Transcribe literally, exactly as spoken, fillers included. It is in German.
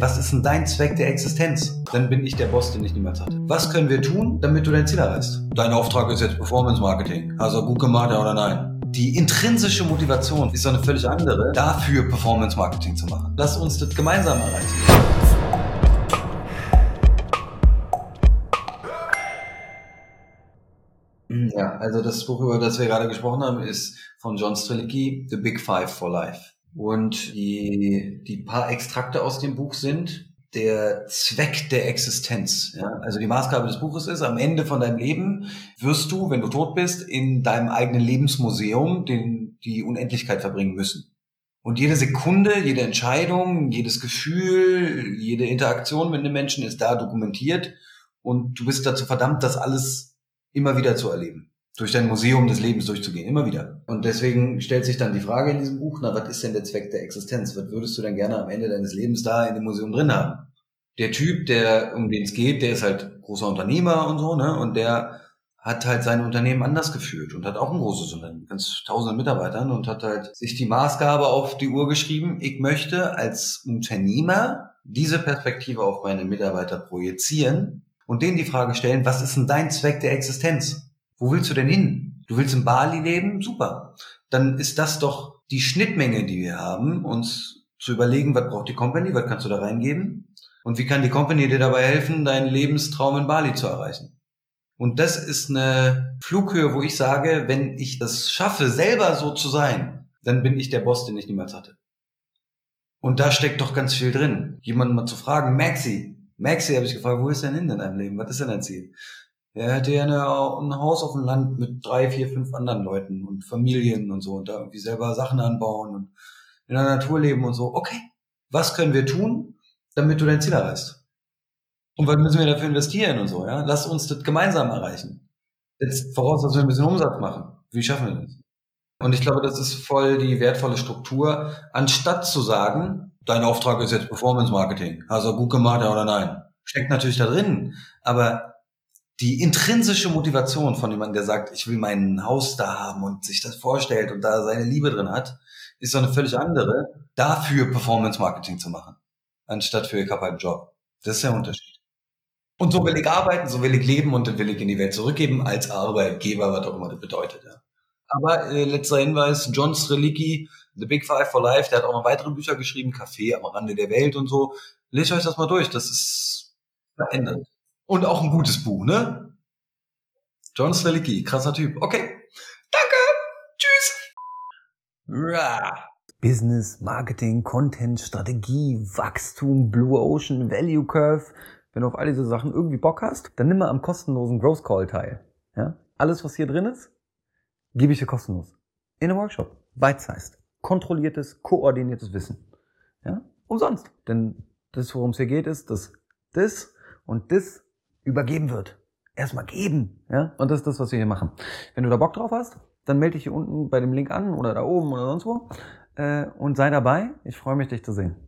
was ist denn dein Zweck der Existenz? Dann bin ich der Boss, den ich niemals hatte. Was können wir tun, damit du dein Ziel erreichst? Dein Auftrag ist jetzt Performance Marketing. Hast du gut gemacht, ja oder nein? Die intrinsische Motivation ist doch eine völlig andere, dafür Performance Marketing zu machen. Lass uns das gemeinsam erreichen. Ja, also das Buch, über das wir gerade gesprochen haben, ist von John Strelicky, The Big Five for Life. Und die, die paar Extrakte aus dem Buch sind der Zweck der Existenz. Ja? Also die Maßgabe des Buches ist, am Ende von deinem Leben wirst du, wenn du tot bist, in deinem eigenen Lebensmuseum den, die Unendlichkeit verbringen müssen. Und jede Sekunde, jede Entscheidung, jedes Gefühl, jede Interaktion mit einem Menschen ist da dokumentiert und du bist dazu verdammt, das alles immer wieder zu erleben. Durch dein Museum des Lebens durchzugehen, immer wieder. Und deswegen stellt sich dann die Frage in diesem Buch, na, was ist denn der Zweck der Existenz? Was würdest du denn gerne am Ende deines Lebens da in dem Museum drin haben? Der Typ, der, um den es geht, der ist halt großer Unternehmer und so, ne, und der hat halt sein Unternehmen anders geführt und hat auch ein großes Unternehmen, ganz tausende Mitarbeitern und hat halt sich die Maßgabe auf die Uhr geschrieben, ich möchte als Unternehmer diese Perspektive auf meine Mitarbeiter projizieren und denen die Frage stellen, was ist denn dein Zweck der Existenz? Wo willst du denn hin? Du willst in Bali leben? Super. Dann ist das doch die Schnittmenge, die wir haben, uns zu überlegen, was braucht die Company, was kannst du da reingeben? Und wie kann die Company dir dabei helfen, deinen Lebenstraum in Bali zu erreichen? Und das ist eine Flughöhe, wo ich sage, wenn ich das schaffe, selber so zu sein, dann bin ich der Boss, den ich niemals hatte. Und da steckt doch ganz viel drin. Jemanden mal zu fragen, Maxi, Maxi, habe ich gefragt, wo ist denn hin in deinem Leben? Was ist denn dein Ziel? Er hatte ja eine, ein Haus auf dem Land mit drei, vier, fünf anderen Leuten und Familien und so und da irgendwie selber Sachen anbauen und in der Natur leben und so. Okay, was können wir tun, damit du dein Ziel erreichst? Und was müssen wir dafür investieren und so, ja? Lass uns das gemeinsam erreichen. Jetzt voraus, dass wir ein bisschen Umsatz machen. Wie schaffen wir das? Und ich glaube, das ist voll die wertvolle Struktur, anstatt zu sagen, dein Auftrag ist jetzt Performance Marketing. Hast du gut gemacht, ja oder nein? Steckt natürlich da drin, aber die intrinsische Motivation von jemandem, der sagt, ich will mein Haus da haben und sich das vorstellt und da seine Liebe drin hat, ist so eine völlig andere, dafür Performance Marketing zu machen, anstatt für ich habe einen Job. Das ist der Unterschied. Und so will ich arbeiten, so will ich leben und dann will ich in die Welt zurückgeben als Arbeitgeber, was auch immer das bedeutet. Ja. Aber äh, letzter Hinweis, John Strelicky, The Big Five for Life, der hat auch noch weitere Bücher geschrieben, Café am Rande der Welt und so. Lest euch das mal durch, das ist verändert. Und auch ein gutes Buch, ne? John Strelicky, krasser Typ. Okay, danke, tschüss. Rah. Business, Marketing, Content, Strategie, Wachstum, Blue Ocean, Value Curve. Wenn du auf all diese Sachen irgendwie Bock hast, dann nimm mal am kostenlosen Growth Call teil. Ja? Alles, was hier drin ist, gebe ich dir kostenlos. In einem Workshop. Bite-sized. Kontrolliertes, koordiniertes Wissen. Ja? Umsonst. Denn das, worum es hier geht, ist, dass das und das übergeben wird. Erstmal geben. Ja? Und das ist das, was wir hier machen. Wenn du da Bock drauf hast, dann melde dich hier unten bei dem Link an oder da oben oder sonst wo äh, und sei dabei. Ich freue mich, dich zu sehen.